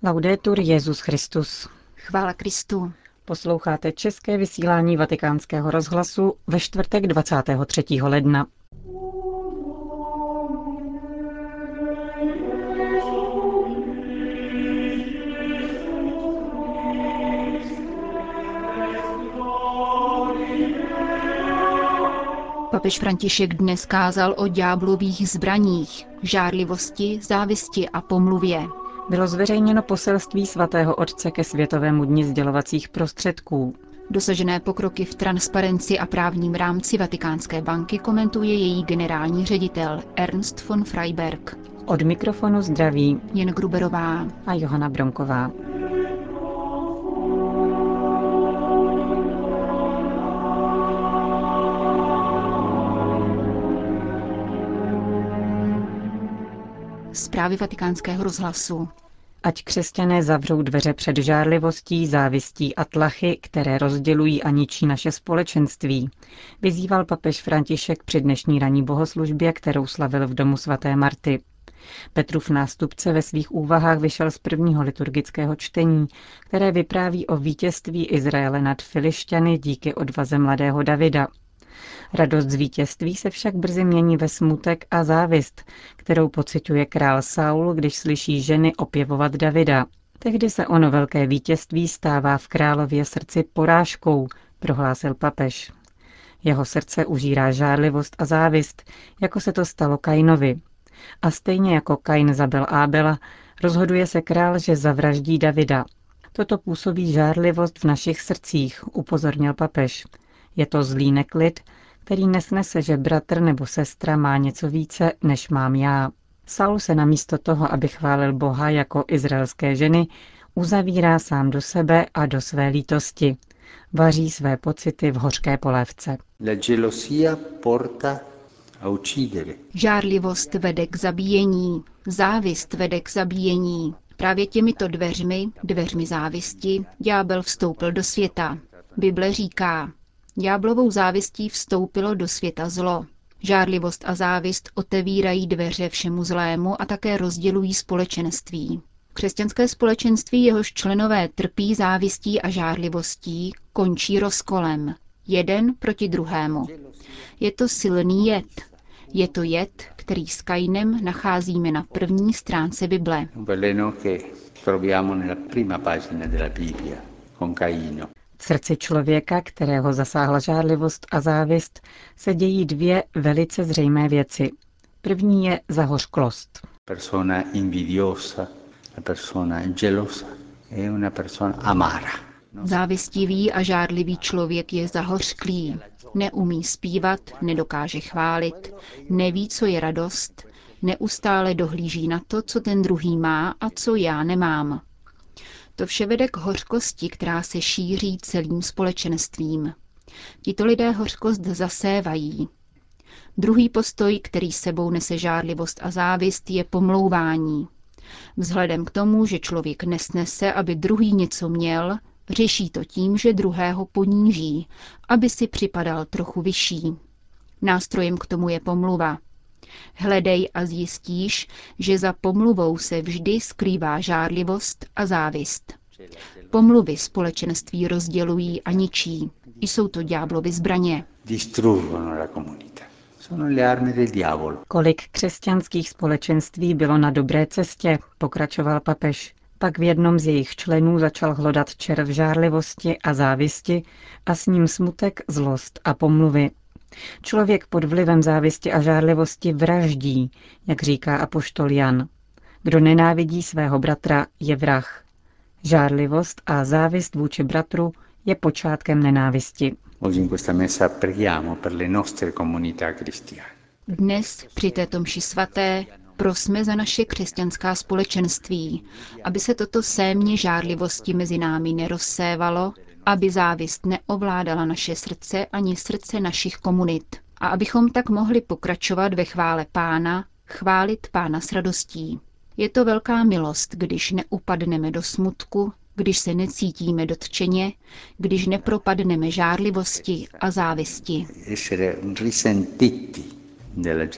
Laudetur Jesus Christus. Chvála Kristu. Posloucháte české vysílání Vatikánského rozhlasu ve čtvrtek 23. ledna. Papež František dnes kázal o ďáblových zbraních, žárlivosti, závisti a pomluvě. Bylo zveřejněno poselství svatého otce ke Světovému dni sdělovacích prostředků. Dosažené pokroky v transparenci a právním rámci Vatikánské banky komentuje její generální ředitel Ernst von Freiberg. Od mikrofonu zdraví Jen Gruberová a Johana Bronková. Zprávy Vatikánského rozhlasu. Ať křesťané zavřou dveře před žárlivostí, závistí a tlachy, které rozdělují a ničí naše společenství, vyzýval papež František při dnešní ranní bohoslužbě, kterou slavil v domu svaté Marty. Petrův nástupce ve svých úvahách vyšel z prvního liturgického čtení, které vypráví o vítězství Izraele nad Filišťany díky odvaze mladého Davida. Radost z vítězství se však brzy mění ve smutek a závist, kterou pociťuje král Saul, když slyší ženy opěvovat Davida. Tehdy se ono velké vítězství stává v králově srdci porážkou, prohlásil papež. Jeho srdce užírá žárlivost a závist, jako se to stalo Kainovi. A stejně jako Kain zabil Ábela, rozhoduje se král, že zavraždí Davida. Toto působí žárlivost v našich srdcích, upozornil papež. Je to zlý neklid, který nesnese, že bratr nebo sestra má něco více, než mám já. Saul se namísto toho, aby chválil Boha jako izraelské ženy, uzavírá sám do sebe a do své lítosti. Vaří své pocity v hořké polévce. Žárlivost vede k zabíjení, závist vede k zabíjení. Právě těmito dveřmi závisti, ďábel vstoupil do světa. Bible říká, ďáblovou závistí vstoupilo do světa zlo. Žárlivost a závist otevírají dveře všemu zlému a také rozdělují společenství. Křesťanské společenství, jehož členové trpí závistí a žárlivostí, končí rozkolem. Jeden proti druhému. Je to silný jed. Je to jed, který s Kainem nacházíme na první stránce Bible. V srdci člověka, kterého zasáhla žárlivost a závist, se dějí dvě velice zřejmé věci. První je zahořklost. Závistivý a žárlivý člověk je zahořklý. Neumí zpívat, nedokáže chválit, neví, co je radost, neustále dohlíží na to, co ten druhý má a co já nemám. To vše vede k hořkosti, která se šíří celým společenstvím. Tito lidé hořkost zasévají. Druhý postoj, který sebou nese žárlivost a závist, je pomlouvání. Vzhledem k tomu, že člověk nesnese, aby druhý něco měl, řeší to tím, že druhého poníží, aby si připadal trochu vyšší. Nástrojem k tomu je pomluva. Hledej a zjistíš, že za pomluvou se vždy skrývá žárlivost a závist. Pomluvy společenství rozdělují a ničí. Jsou to ďáblovy zbraně. Kolik křesťanských společenství bylo na dobré cestě, pokračoval papež. Pak v jednom z jejich členů začal hlodat červ žárlivosti a závisti a s ním smutek, zlost a pomluvy. Člověk pod vlivem závisti a žárlivosti vraždí, jak říká apoštol Jan. Kdo nenávidí svého bratra, je vrah. Žárlivost a závist vůči bratru je počátkem nenávisti. Dnes při této mši svaté prosme za naše křesťanská společenství, aby se toto sémě žárlivosti mezi námi nerozsévalo, aby závist neovládala naše srdce ani srdce našich komunit a abychom tak mohli pokračovat ve chvále Pána, chválit Pána s radostí. Je to velká milost, když neupadneme do smutku, když se necítíme dotčeně, když nepropadneme žárlivosti a závisti.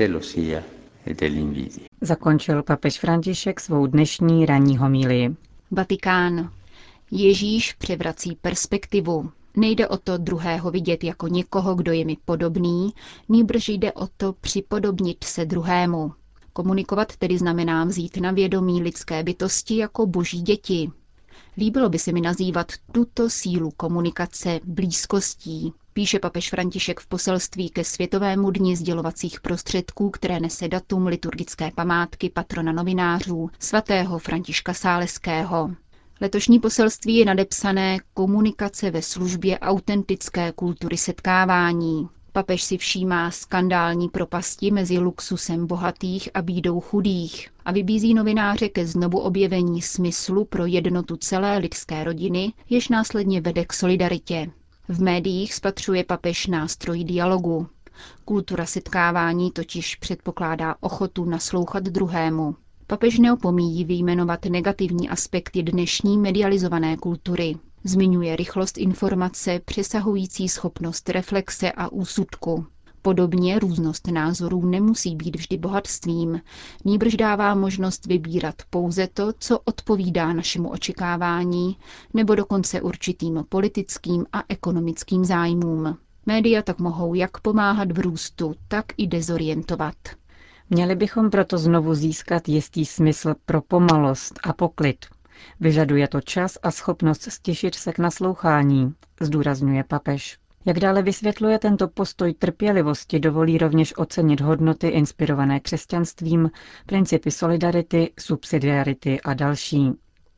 Zakončil papež František svou dnešní ranní homílii. Vatikán. Ježíš převrací perspektivu. Nejde o to druhého vidět jako někoho, kdo je mi podobný, nýbrž jde o to připodobnit se druhému. Komunikovat tedy znamená vzít na vědomí lidské bytosti jako boží děti. Líbilo by se mi nazývat tuto sílu komunikace blízkostí, píše papež František v poselství ke Světovému dni sdělovacích prostředků, které nese datum liturgické památky patrona novinářů svatého Františka Sáleského. Letošní poselství je nadepsané Komunikace ve službě autentické kultury setkávání. Papež si všímá skandální propasti mezi luxusem bohatých a bídou chudých a vybízí novináře ke znovu objevení smyslu pro jednotu celé lidské rodiny, jež následně vede k solidaritě. V médiích spatřuje papež nástroj dialogu. Kultura setkávání totiž předpokládá ochotu naslouchat druhému. Papež neopomíjí vyjmenovat negativní aspekty dnešní medializované kultury. Zmiňuje rychlost informace přesahující schopnost reflexe a úsudku. Podobně různost názorů nemusí být vždy bohatstvím, nýbrž dává možnost vybírat pouze to, co odpovídá našemu očekávání, nebo dokonce určitým politickým a ekonomickým zájmům. Média tak mohou jak pomáhat v růstu, tak i dezorientovat. Měli bychom proto znovu získat jistý smysl pro pomalost a poklid. Vyžaduje to čas a schopnost stěšit se k naslouchání, zdůrazňuje papež. Jak dále vysvětluje, tento postoj trpělivosti dovolí rovněž ocenit hodnoty inspirované křesťanstvím, principy solidarity, subsidiarity a další.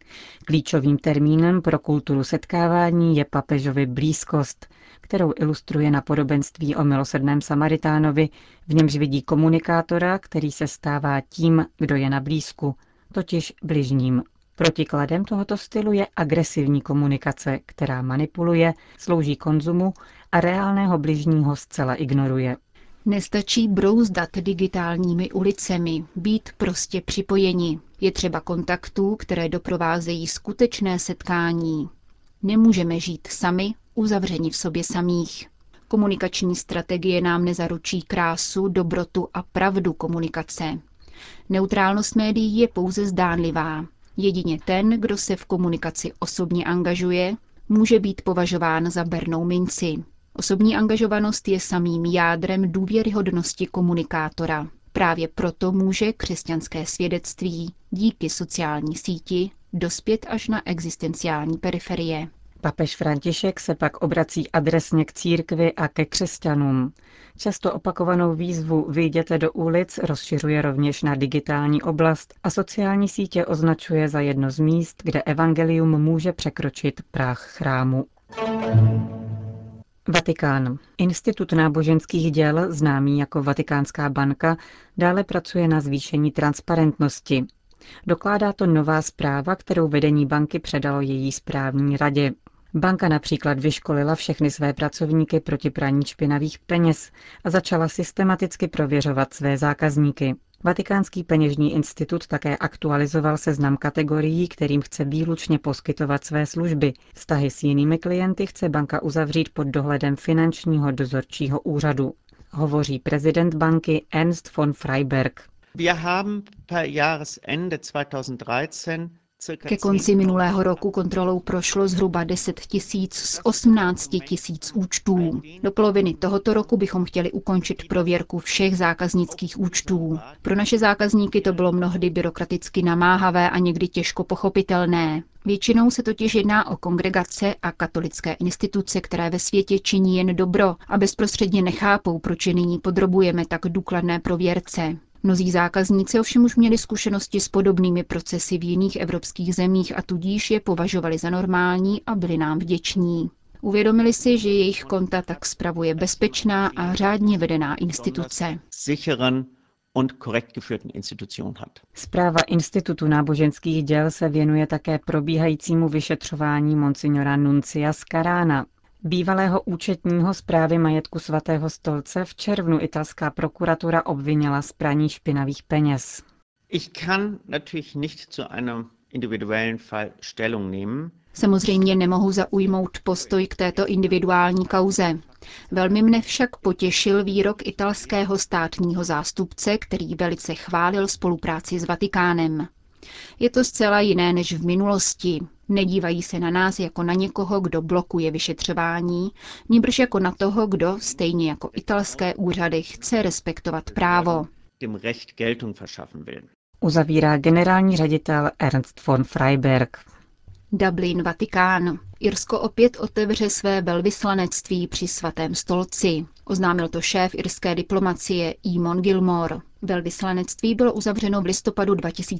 Klíčovým termínem pro kulturu setkávání je papežovi blízkost, kterou ilustruje na podobenství o milosrdném Samaritánovi, v němž vidí komunikátora, který se stává tím, kdo je na blízku, totiž bližním. Protikladem tohoto stylu je agresivní komunikace, která manipuluje, slouží konzumu a reálného bližního zcela ignoruje. Nestačí brouzdat digitálními ulicemi, být prostě připojeni. Je třeba kontaktů, které doprovázejí skutečné setkání. Nemůžeme žít sami, uzavřeni v sobě samých. Komunikační strategie nám nezaručí krásu, dobrotu a pravdu komunikace. Neutrálnost médií je pouze zdánlivá. Jedině ten, kdo se v komunikaci osobně angažuje, může být považován za bernou minci. Osobní angažovanost je samým jádrem důvěryhodnosti komunikátora. Právě proto může křesťanské svědectví díky sociální síti dospět až na existenciální periferie. Papež František se pak obrací adresně k církvi a ke křesťanům. Často opakovanou výzvu vyjděte do ulic rozšiřuje rovněž na digitální oblast a sociální sítě označuje za jedno z míst, kde evangelium může překročit práh chrámu. Vatikán. Institut náboženských děl, známý jako Vatikánská banka, dále pracuje na zvýšení transparentnosti. Dokládá to nová zpráva, kterou vedení banky předalo její správní radě. Banka například vyškolila všechny své pracovníky proti praní špinavých peněz a začala systematicky prověřovat své zákazníky. Vatikánský peněžní institut také aktualizoval seznam kategorií, kterým chce výlučně poskytovat své služby. Vztahy s jinými klienty chce banka uzavřít pod dohledem finančního dozorčího úřadu. Hovoří prezident banky Ernst von Freiberg. Ke konci minulého roku kontrolou prošlo zhruba 10 000 z 18 000 účtů. Do poloviny tohoto roku bychom chtěli ukončit prověrku všech zákaznických účtů. Pro naše zákazníky to bylo mnohdy byrokraticky namáhavé a někdy těžko pochopitelné. Většinou se totiž jedná o kongregace a katolické instituce, které ve světě činí jen dobro a bezprostředně nechápou, proč je nyní podrobujeme tak důkladné prověrce. Mnozí zákazníci ovšem už měli zkušenosti s podobnými procesy v jiných evropských zemích a tudíž je považovali za normální a byli nám vděční. Uvědomili si, že jejich konta tak spravuje bezpečná a řádně vedená instituce. Správa Institutu náboženských děl se věnuje také probíhajícímu vyšetřování monsignora Nuncia Scarána. Bývalého účetního správy majetku svatého stolce v červnu italská prokuratura obvinila z praní špinavých peněz. Samozřejmě nemohu zaujmout postoj k této individuální kauze. Velmi mne však potěšil výrok italského státního zástupce, který velice chválil spolupráci s Vatikánem. Je to zcela jiné než v minulosti. Nedívají se na nás jako na někoho, kdo blokuje vyšetřování, nýbrž jako na toho, kdo, stejně jako italské úřady, chce respektovat právo. Uzavírá generální ředitel Ernst von Freiberg. Dublin, Vatikán. Irsko opět otevře své velvyslanectví při Svatém stolci. Oznámil to šéf irské diplomacie Eamon Gilmore. Velvyslanectví bylo uzavřeno v listopadu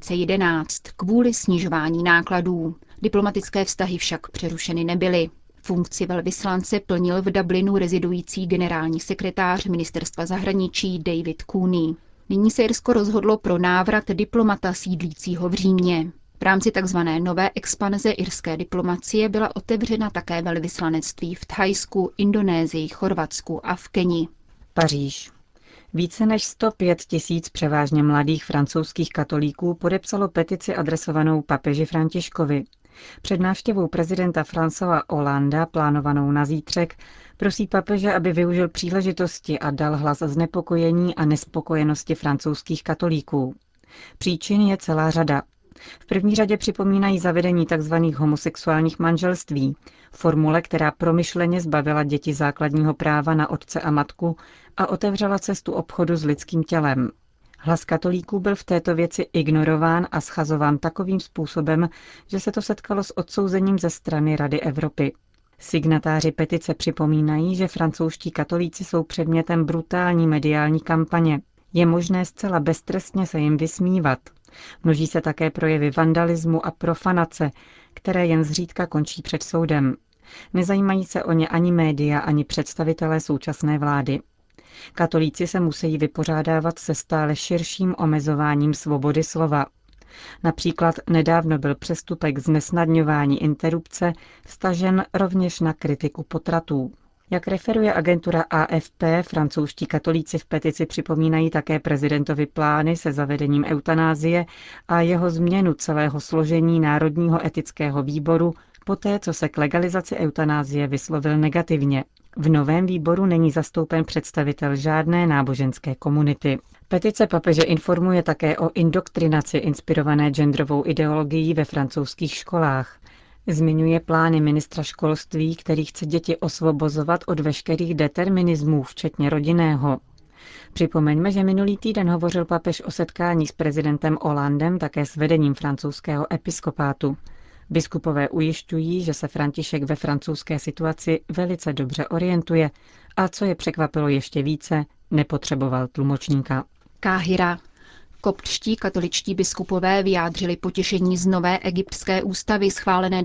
2011 kvůli snižování nákladů. Diplomatické vztahy však přerušeny nebyly. Funkci velvyslance plnil v Dublinu rezidující generální sekretář ministerstva zahraničí David Cooney. Nyní se Irsko rozhodlo pro návrat diplomata sídlícího v Římě. V rámci tzv. Nové expanze irské diplomacie byla otevřena také velvyslanectví v Thajsku, Indonésii, Chorvatsku a v Keni. Paříž. Více než 105 000 převážně mladých francouzských katolíků podepsalo petici adresovanou papeži Františkovi. Před návštěvou prezidenta Françoise Hollanda, plánovanou na zítřek, prosí papeže, aby využil příležitosti a dal hlas znepokojení a nespokojenosti francouzských katolíků. Příčin je celá řada. V první řadě připomínají zavedení tzv. Homosexuálních manželství, formule, která promyšleně zbavila děti základního práva na otce a matku a otevřela cestu obchodu s lidským tělem. Hlas katolíků byl v této věci ignorován a schazován takovým způsobem, že se to setkalo s odsouzením ze strany Rady Evropy. Signatáři petice připomínají, že francouzští katolíci jsou předmětem brutální mediální kampaně. Je možné zcela beztrestně se jim vysmívat. Množí se také projevy vandalismu a profanace, které jen zřídka končí před soudem. Nezajímají se o ně ani média, ani představitelé současné vlády. Katolíci se musí vypořádávat se stále širším omezováním svobody slova. Například nedávno byl přestupek znesnadňování interrupce vztažen rovněž na kritiku potratů. Jak referuje agentura AFP, francouzští katolíci v petici připomínají také prezidentovi plány se zavedením eutanázie a jeho změnu celého složení Národního etického výboru poté, co se k legalizaci eutanázie vyslovil negativně. V novém výboru není zastoupen představitel žádné náboženské komunity. Petice papeže informuje také o indoktrinaci inspirované genderovou ideologií ve francouzských školách. Zmiňuje plány ministra školství, který chce děti osvobozovat od veškerých determinismů, včetně rodinného. Připomeňme, že minulý týden hovořil papež o setkání s prezidentem Hollandem také s vedením francouzského episkopátu. Biskupové ujišťují, že se František ve francouzské situaci velice dobře orientuje a co je překvapilo ještě více, nepotřeboval tlumočníka. Káhira. Koptští katoličtí biskupové vyjádřili potěšení z nové egyptské ústavy schválené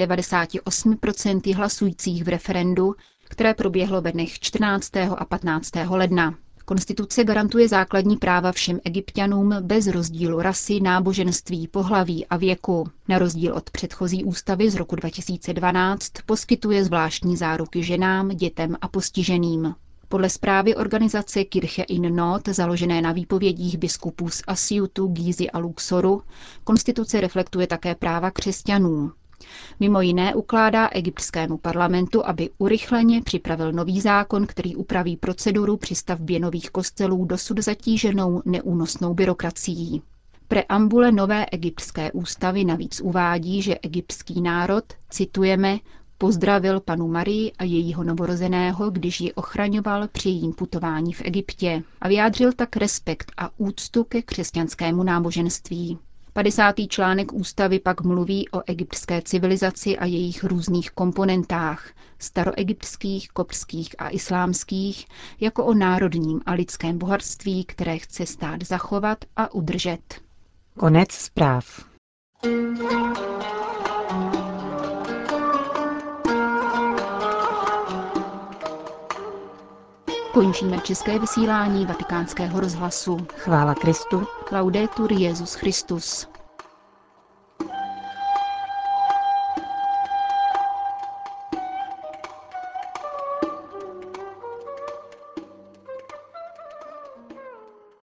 98% hlasujících v referendu, které proběhlo ve dnech 14. a 15. ledna. Konstituce garantuje základní práva všem Egypťanům bez rozdílu rasy, náboženství, pohlaví a věku. Na rozdíl od předchozí ústavy z roku 2012 poskytuje zvláštní záruky ženám, dětem a postiženým. Podle zprávy organizace Kirche in Not, založené na výpovědích biskupů z Asiutu, Gízy a Luxoru, konstituce reflektuje také práva křesťanů. Mimo jiné ukládá egyptskému parlamentu, aby urychleně připravil nový zákon, který upraví proceduru při stavbě nových kostelů dosud zatíženou neúnosnou byrokracií. Preambule nové egyptské ústavy navíc uvádí, že egyptský národ, citujeme, pozdravil panu Marii a jejího novorozeného, když ji ochraňoval při jejím putování v Egyptě a vyjádřil tak respekt a úctu ke křesťanskému náboženství. 50. článek ústavy pak mluví o egyptské civilizaci a jejich různých komponentách, staroegyptských, koptských a islámských, jako o národním a lidském bohatství, které chce stát zachovat a udržet. Konec zpráv. Končíme české vysílání Vatikánského rozhlasu. Chvála Kristu. Laudetur Jesus Christus.